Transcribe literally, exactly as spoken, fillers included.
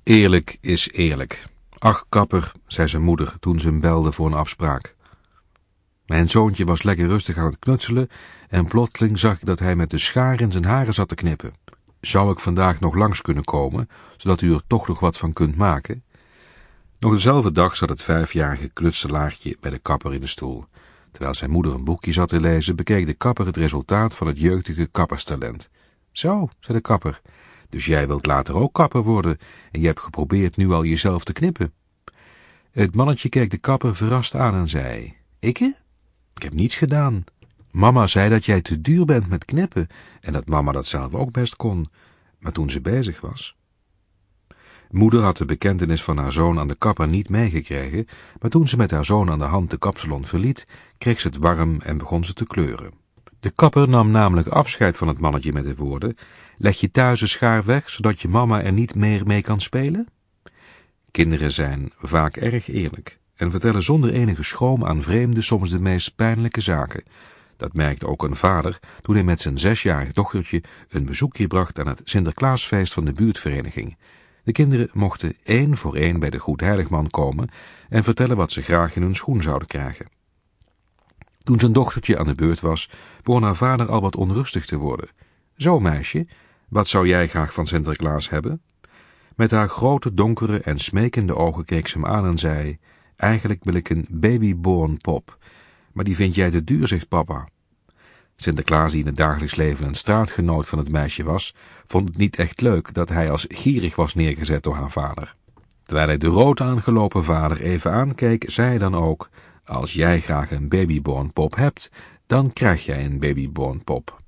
Eerlijk is eerlijk. Ach, kapper, zei zijn moeder toen ze hem belde voor een afspraak. Mijn zoontje was lekker rustig aan het knutselen en plotseling zag ik dat hij met de schaar in zijn haren zat te knippen. Zou ik vandaag nog langs kunnen komen, zodat u er toch nog wat van kunt maken? Nog dezelfde dag zat het vijfjarige knutselaartje bij de kapper in de stoel. Terwijl zijn moeder een boekje zat te lezen, bekeek de kapper het resultaat van het jeugdige kapperstalent. Zo, zei de kapper, dus jij wilt later ook kapper worden en je hebt geprobeerd nu al jezelf te knippen. Het mannetje keek de kapper verrast aan en zei, Ikke? Ik heb niets gedaan. Mama zei dat jij te duur bent met knippen en dat mama dat zelf ook best kon, maar toen ze bezig was. Moeder had de bekentenis van haar zoon aan de kapper niet meegekregen, maar toen ze met haar zoon aan de hand de kapsalon verliet, kreeg ze het warm en begon ze te kleuren. De kapper nam namelijk afscheid van het mannetje met de woorden, leg je thuis een schaar weg, zodat je mama er niet meer mee kan spelen? Kinderen zijn vaak erg eerlijk en vertellen zonder enige schroom aan vreemden soms de meest pijnlijke zaken. Dat merkte ook een vader toen hij met zijn zesjarig dochtertje een bezoekje bracht aan het Sinterklaasfeest van de buurtvereniging. De kinderen mochten één voor één bij de Goedheiligman komen en vertellen wat ze graag in hun schoen zouden krijgen. Toen zijn dochtertje aan de beurt was, begon haar vader al wat onrustig te worden. Zo, meisje, wat zou jij graag van Sinterklaas hebben? Met haar grote, donkere en smekende ogen keek ze hem aan en zei, eigenlijk wil ik een babyborn pop, maar die vind jij te duur, zegt papa. Sinterklaas, die in het dagelijks leven een straatgenoot van het meisje was, vond het niet echt leuk dat hij als gierig was neergezet door haar vader. Terwijl hij de rood aangelopen vader even aankeek, zei hij dan ook, als jij graag een babyborn pop hebt, dan krijg jij een babyborn pop.